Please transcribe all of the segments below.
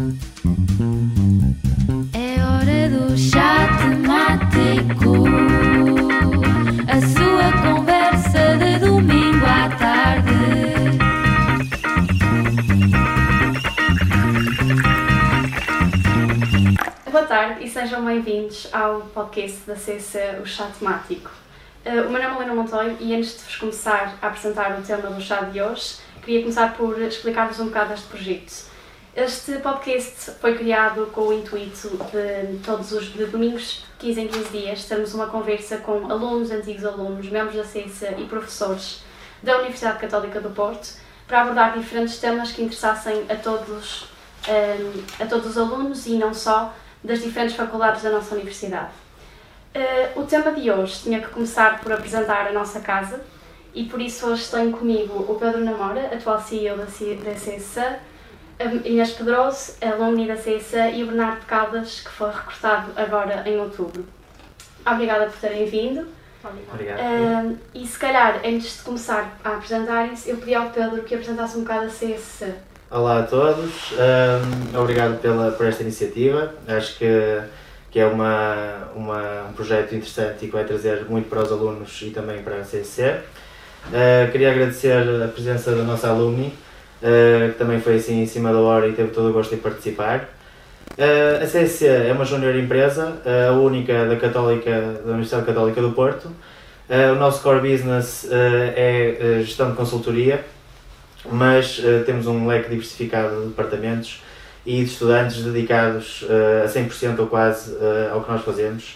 É hora do chá temático, a sua conversa de domingo à tarde. Boa tarde e sejam bem-vindos ao podcast da CC, o Chá Temático. O meu nome é Helena Monteiro e antes de vos começar a apresentar o tema do chá de hoje, queria começar por explicar-vos um bocado este projeto. Este podcast foi criado com o intuito de todos os domingos, 15 em 15 dias, termos uma conversa com alunos, antigos alunos, membros da CC e professores da Universidade Católica do Porto para abordar diferentes temas que interessassem a todos os alunos e não só das diferentes faculdades da nossa universidade. O tema de hoje tinha que começar por apresentar a nossa casa e por isso hoje tenho comigo o Pedro Namora, atual CEO da CEC, a Inês Pedroso, alumni da CEC e o Bernardo Caldas, que foi recrutado agora em outubro. Obrigada por terem vindo. Obrigado. E se calhar, antes de começar a apresentarem-se, eu pedi ao Pedro que apresentasse um bocado a CEC. Olá a todos, obrigado por esta iniciativa. Acho que é um projeto interessante e que vai trazer muito para os alunos e também para a CEC. Queria agradecer a presença da nossa alumni, que também foi assim em cima da hora e teve todo o gosto em participar. A CEC é uma júnior empresa, a única da Universidade Católica do Porto. O nosso core business é gestão de consultoria, mas temos um leque diversificado de departamentos e de estudantes dedicados a 100% ou quase ao que nós fazemos.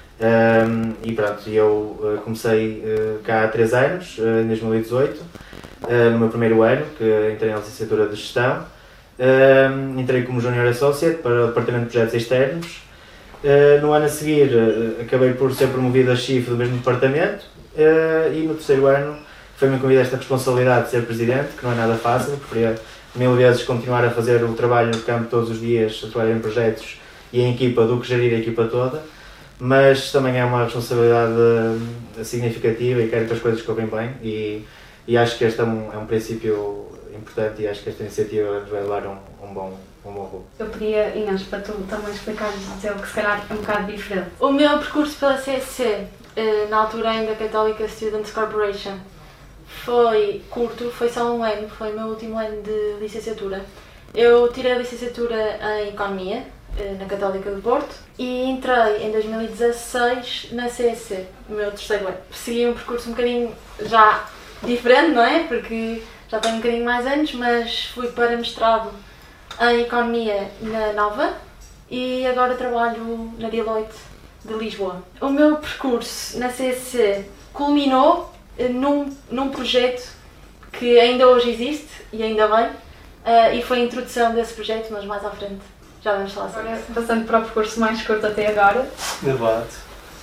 E pronto, eu comecei cá há 3 anos, em 2018, no meu primeiro ano, que entrei na licenciatura de Gestão. Entrei como Junior Associate para o Departamento de Projetos Externos. No ano a seguir acabei por ser promovido a Chief do mesmo departamento e no terceiro ano foi-me incumbida esta responsabilidade de ser Presidente, que não é nada fácil, preferia 1000 vezes continuar a fazer o trabalho no campo todos os dias, a trabalhar em projetos e em equipa do que gerir a equipa toda, mas também é uma responsabilidade significativa e quero que as coisas correm bem e acho que este é um princípio importante e acho que esta iniciativa nos vai levar a um bom rumo. Eu pedia, Inês, para tu também explicar-nos o que se calhar é um bocado diferente. O meu percurso pela CEC, na altura ainda Católica Students Corporation, foi curto, foi só um ano, foi o meu último ano de licenciatura. Eu tirei a licenciatura em Economia, na Católica do Porto, e entrei em 2016 na CEC, no meu terceiro ano. Segui um percurso um bocadinho já diferente, não é? Porque já tenho um bocadinho mais anos, mas fui para mestrado em Economia na Nova e agora trabalho na Deloitte de Lisboa. O meu percurso na CEC culminou num projeto que ainda hoje existe, e ainda bem, e foi a introdução desse projeto, mas mais à frente já vamos falar sobre isso. Passando para o percurso mais curto até agora. Exato.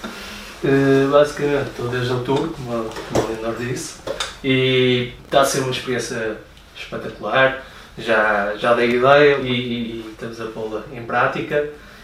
Basicamente estou desde outubro, como a Leonor disse, e está a ser uma experiência espetacular. Já dei ideia e estamos a pô-la em prática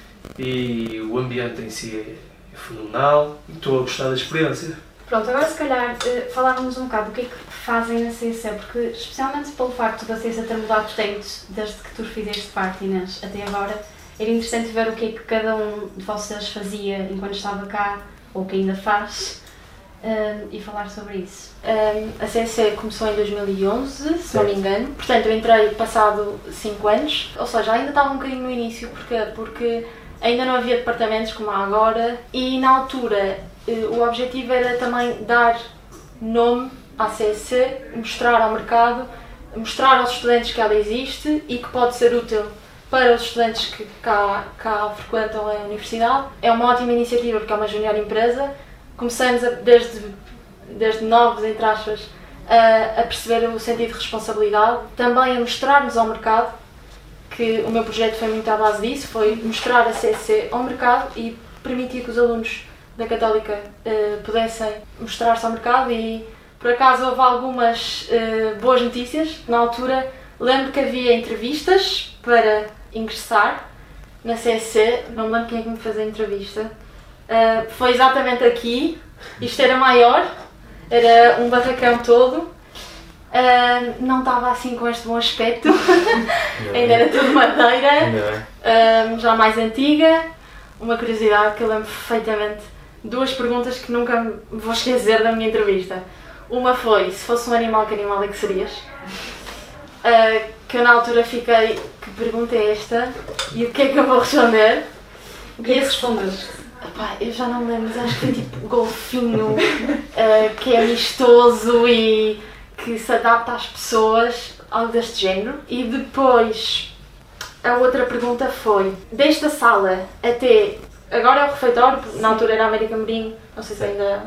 e o ambiente em si é fenomenal e estou a gostar da experiência. Pronto, agora se calhar falávamos um bocado do que é que fazem na CEC, porque especialmente pelo facto da CEC ter mudado tanto desde que tu fizeste parte, Inês, até agora, era interessante ver o que é que cada um de vocês fazia enquanto estava cá, ou que ainda faz, e falar sobre isso. A CEC começou em 2011, se não me engano, portanto eu entrei passado 5 anos, ou seja, ainda estava um bocadinho no início, porque ainda não havia departamentos como há agora e na altura o objetivo era também dar nome à CEC, mostrar ao mercado, mostrar aos estudantes que ela existe e que pode ser útil para os estudantes que cá frequentam a universidade. É uma ótima iniciativa porque é uma junior empresa. Começamos desde novos, entre aspas, a perceber o sentido de responsabilidade, também a mostrar-nos ao mercado, que o meu projeto foi muito à base disso, foi mostrar a CEC ao mercado e permitir que os alunos da Católica pudessem mostrar-se ao mercado e, por acaso, houve algumas boas notícias. Na altura, lembro que havia entrevistas para ingressar na CEC, não me lembro quem é que me fez a entrevista. Foi exatamente aqui, isto era maior, era um barracão todo Não estava assim com este bom aspecto, ainda era tudo madeira, já mais antiga. Uma curiosidade que eu lembro perfeitamente, 2 perguntas que nunca me vou esquecer da minha entrevista. Uma foi, se fosse um animal, que animal é que serias? Que eu na altura fiquei, que pergunta é esta? E o que é que eu vou responder? O que é que respondeste? Eu já não me lembro, mas acho que foi tipo golfinho, que é amistoso e que se adapta às pessoas, algo deste género. E depois, a outra pergunta foi, desta sala até, agora é o refeitório, na altura era a América Mourinho, não sei se ainda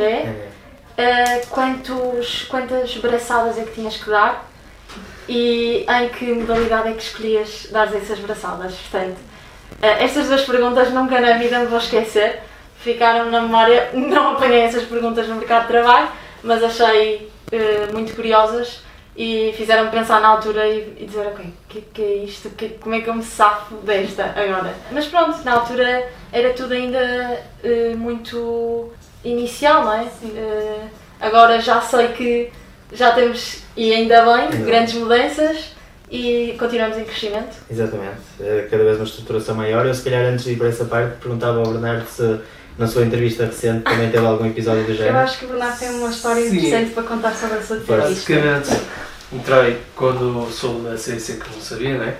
é, quantas braçadas é que tinhas que dar e em que modalidade é que escolhias dar essas braçadas? Portanto, estas 2 perguntas nunca na vida me vou esquecer, ficaram na memória. Não apanhei essas perguntas no mercado de trabalho, mas achei muito curiosas e fizeram-me pensar na altura e dizer, ok, o que é isto? Como é que eu me safo desta agora? Mas pronto, na altura era tudo ainda muito inicial, não é? Agora já sei que já temos, e ainda bem, grandes mudanças e continuamos em crescimento. Exatamente, cada vez uma estruturação maior. Eu se calhar antes de ir para essa parte perguntava ao Bernardo se na sua entrevista recente também teve algum episódio do género. Eu acho que o Bernardo tem uma história interessante para contar sobre a sua entrevista. Basicamente, entrei quando soube da CC, que não sabia, né?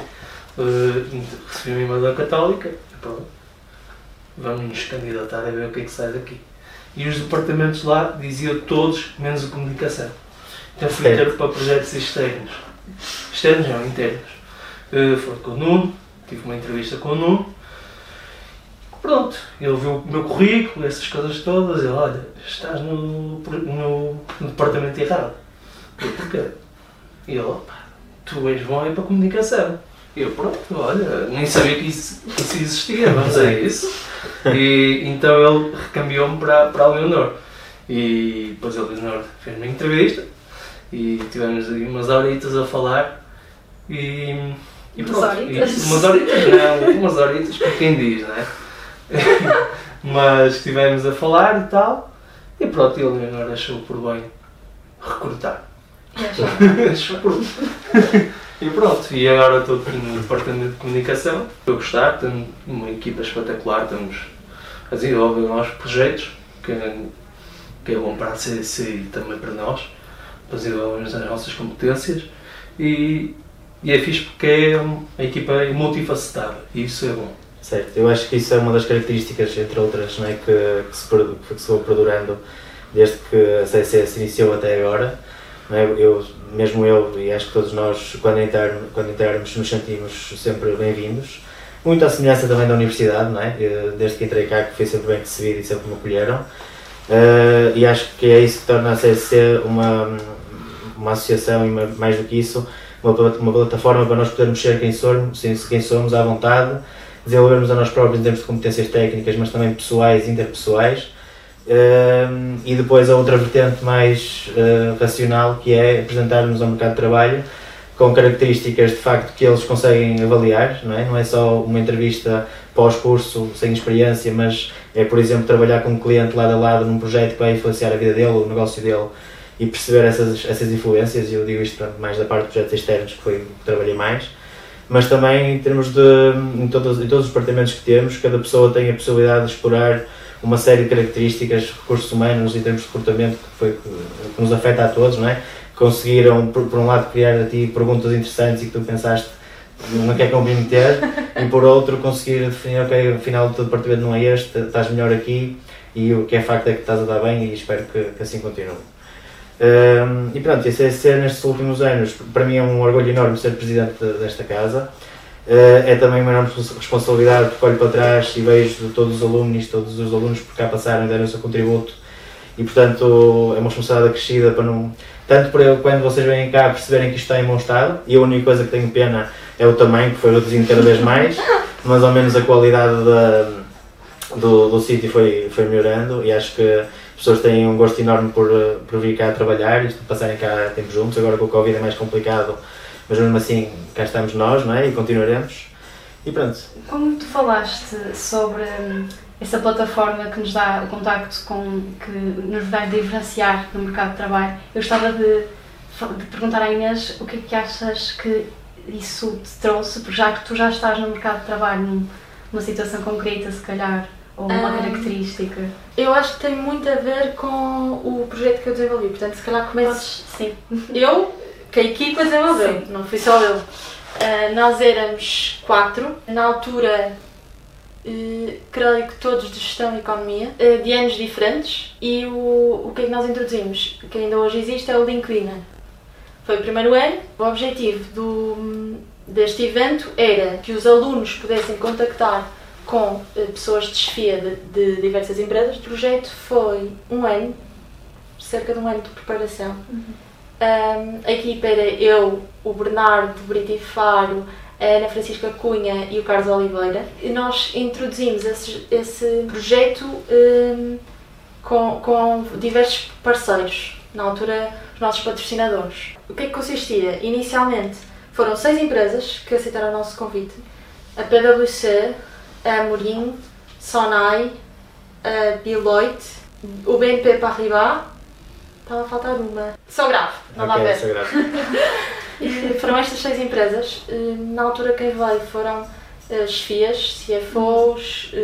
Recebi uma e-mail da Católica e pronto, vamos nos candidatar a ver o que é que sai daqui. E os departamentos lá diziam todos menos a comunicação. Então fui ter para projetos externos. Externos não, internos. Foi com o Nuno, tive uma entrevista com o Nuno. Pronto, ele viu o meu currículo, essas coisas todas, e ele, olha, estás no departamento errado. Eu, porquê? E ele, opa, tu és bom para a comunicação. E eu, pronto, olha, nem sabia que isso existia, vamos a isso. E então ele recambiou-me para a Leonor. E depois a Leonor fez uma entrevista e tivemos aí umas horitas a falar e pronto. Umas horitas para quem diz, não é? Mas estivemos a falar e tal, e pronto, e a Leonor achou por bem recrutar. Achou por bem. E pronto, e agora estou no departamento de comunicação. Estou a gostar, tenho uma equipa espetacular, estamos a desenvolver novos projetos, que é bom para a CDC e também para nós, para desenvolvermos as nossas competências. E é fixe porque a equipa é multifacetada, e isso é bom. Certo, eu acho que isso é uma das características, entre outras, não é, que se foi perdurando desde que a CDC se iniciou até agora. Não é? Mesmo eu, e acho que todos nós, quando entrarmos, nos sentimos sempre bem-vindos. Muito à semelhança também da universidade, não é? Desde que entrei cá, que fui sempre bem recebido e sempre me acolheram. E acho que é isso que torna a CDC uma associação, e mais do que isso, uma plataforma para nós podermos ser quem somos à vontade, desenvolvermos a nós próprios em termos de competências técnicas, mas também pessoais e interpessoais. E depois a outra vertente mais racional, que é apresentarmos ao mercado de trabalho com características de facto que eles conseguem avaliar, não é? Não é só uma entrevista pós-curso sem experiência, mas é, por exemplo, trabalhar com um cliente lado a lado num projeto que vai influenciar a vida dele, o negócio dele, e perceber essas influências. E eu digo isto mais da parte de projetos externos, que foi que trabalhei mais, mas também em termos em todos os departamentos que temos, cada pessoa tem a possibilidade de explorar uma série de características, recursos humanos, em termos de comportamento, que nos afeta a todos, não é? Conseguiram, por um lado, criar a ti perguntas interessantes e que tu pensaste não quer comprometer, e por outro, conseguir definir, ok, afinal o teu departamento não é este, estás melhor aqui, e o que é facto é que estás a dar bem, e espero que assim continue. E pronto, esse é nestes últimos anos, para mim é um orgulho enorme ser presidente desta casa. É também uma enorme responsabilidade, porque olho para trás e vejo todos os alunos por cá passaram e deram o seu contributo, e portanto é uma responsabilidade acrescida para não... Tanto para quando vocês vêm cá perceberem que isto está em bom estado, e a única coisa que tenho pena é o tamanho, que foi reduzindo cada vez mais, mas ao menos a qualidade do sítio foi melhorando, e acho que as pessoas têm um gosto enorme por vir cá trabalhar e passarem cá tempo juntos. Agora com o Covid é mais complicado, mas mesmo assim cá estamos nós, não é? E continuaremos. E pronto. Como tu falaste sobre essa plataforma que nos dá o contacto que nos vai diferenciar no mercado de trabalho, eu gostava de de perguntar à Inês o que é que achas que isso te trouxe, porque já que tu já estás no mercado de trabalho numa situação concreta, se calhar, ou uma característica. Eu acho que tem muito a ver com o projeto que eu desenvolvi, portanto, se calhar começo... Sim. Eu, que a equipa desenvolveu, não fui só eu. Nós éramos 4, na altura, creio que todos de gestão e economia, de anos diferentes, e o que é que nós introduzimos, que ainda hoje existe, é o LinkedIn. Foi o primeiro ano. O objetivo deste evento era que os alunos pudessem contactar com pessoas de chefia de diversas empresas. O projeto foi um ano, cerca de um ano de preparação. A equipa era eu, o Bernardo Brito Faro, a Ana Francisca Cunha e o Carlos Oliveira. E nós introduzimos esse projeto com diversos parceiros, na altura os nossos patrocinadores. O que é que consistia? Inicialmente foram 6 empresas que aceitaram o nosso convite: a PwC, a Amorim, Sonai, a Deloitte, o BNP Paribas, estava a faltar uma, Sograve, não dá a ver. E foram estas 6 empresas. Na altura quem veio foram chefias, CFOs,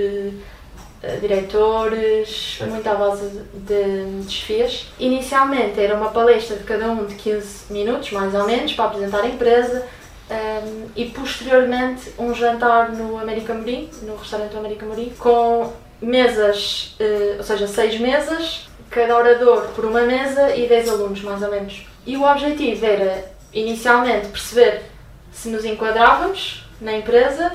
diretores, muita base de chefias. Inicialmente era uma palestra de cada um de 15 minutos, mais ou menos, para apresentar a empresa, e posteriormente um jantar no América Morim, no restaurante do América Morim, com mesas, ou seja, 6 mesas, cada orador por uma mesa e 10 alunos, mais ou menos. E o objetivo era, inicialmente, perceber se nos enquadrávamos na empresa,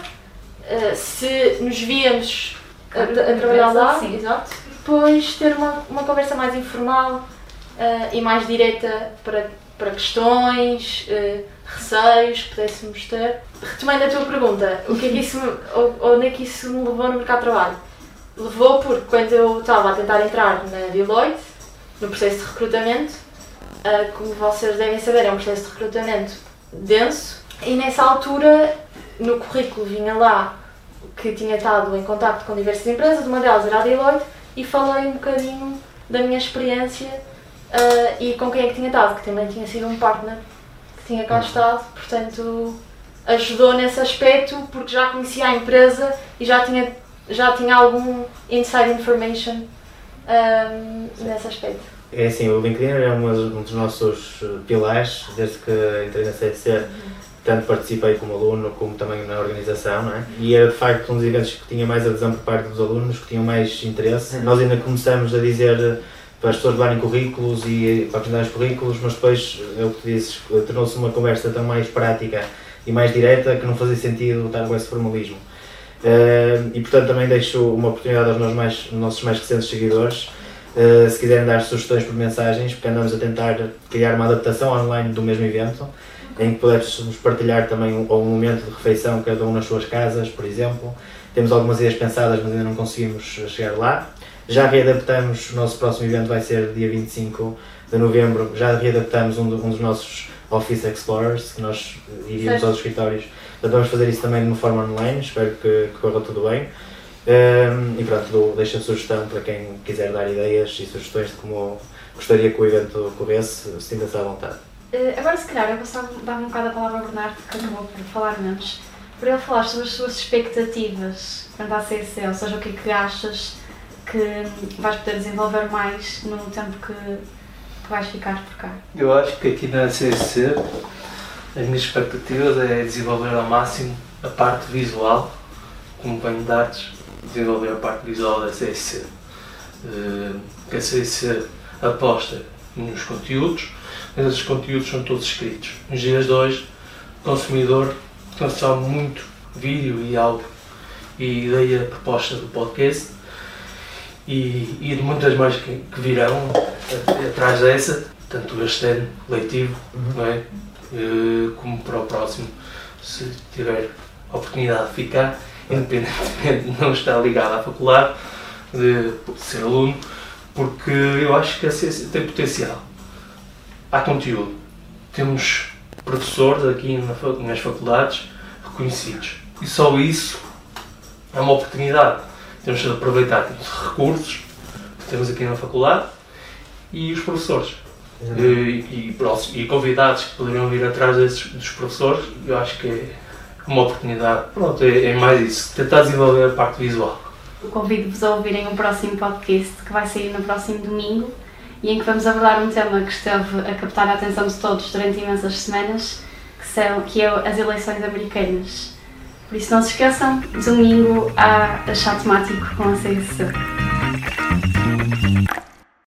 se nos víamos a trabalhar lá, exato. Depois ter uma conversa mais informal e mais direta para questões, receios que pudéssemos ter. Retomando a tua pergunta, onde é que isso me levou no mercado de trabalho? Levou porque quando eu estava a tentar entrar na Deloitte, no processo de recrutamento, como vocês devem saber, é um processo de recrutamento denso, e nessa altura no currículo vinha lá que tinha estado em contacto com diversas empresas, uma delas era a Deloitte, e falei um bocadinho da minha experiência e com quem é que tinha estado, que também tinha sido um partner que tinha cá estado, portanto ajudou nesse aspecto porque já conhecia a empresa e já tinha algum inside information nesse aspecto. É assim, o LinkedIn é um dos nossos pilares desde que entrei na CSC. Tanto participei como aluno, como também na organização, não é? E era de facto um dos eventos que tinha mais adesão por parte dos alunos, que tinham mais interesse. Nós ainda começamos a dizer para as pessoas levarem currículos e para apresentar os currículos, mas depois, é o que tu dizes, tornou-se uma conversa tão mais prática e mais direta que não fazia sentido estar com esse formalismo. E portanto também deixo uma oportunidade aos nossos mais recentes seguidores, se quiserem dar sugestões por mensagens, porque andamos a tentar criar uma adaptação online do mesmo evento, em que pudéssemos partilhar também um momento de refeição, cada um nas suas casas, por exemplo. Temos algumas ideias pensadas, mas ainda não conseguimos chegar lá. Já readaptamos, o nosso próximo evento vai ser dia 25 de novembro, já readaptamos um dos nossos Office Explorers, que nós iríamos aos escritórios. Portanto, vamos fazer isso também de uma forma online, espero que corra tudo bem. E pronto, deixo a sugestão para quem quiser dar ideias e sugestões de como gostaria que o evento corresse, sinta-se à vontade. Agora, se calhar, eu vou dar um bocado a palavra ao Bernardo, que acabou por falar menos, para ele falar sobre as suas expectativas quanto à CSC, ou seja, o que é que achas que vais poder desenvolver mais no tempo que vais ficar por cá. Eu acho que aqui na CSC as minhas expectativas é desenvolver ao máximo a parte visual, como venho de artes, desenvolver a parte visual da CSC. Que a CSC aposta nos conteúdos, mas esses conteúdos são todos escritos. Nos dias de hoje, o consumidor consome muito vídeo e áudio, e daí a proposta do podcast e de muitas mais que virão atrás dessa, tanto este ano letivo, não é? Como para o próximo, se tiver a oportunidade de ficar, independentemente de não estar ligado à faculdade, de ser aluno, porque eu acho que a CSC tem potencial. Há conteúdo. Temos professores aqui nas faculdades reconhecidos. E só isso é uma oportunidade. Temos de aproveitar os recursos que temos aqui na faculdade e os professores. e convidados que poderiam vir atrás dos professores. Eu acho que é uma oportunidade. Pronto, é mais isso, tentar desenvolver a parte visual. Convido-vos a ouvirem o próximo podcast que vai sair no próximo domingo e em que vamos abordar um tema que esteve a captar a atenção de todos durante imensas semanas, que é as eleições americanas. Por isso não se esqueçam, domingo há Chat Mático com a CSC.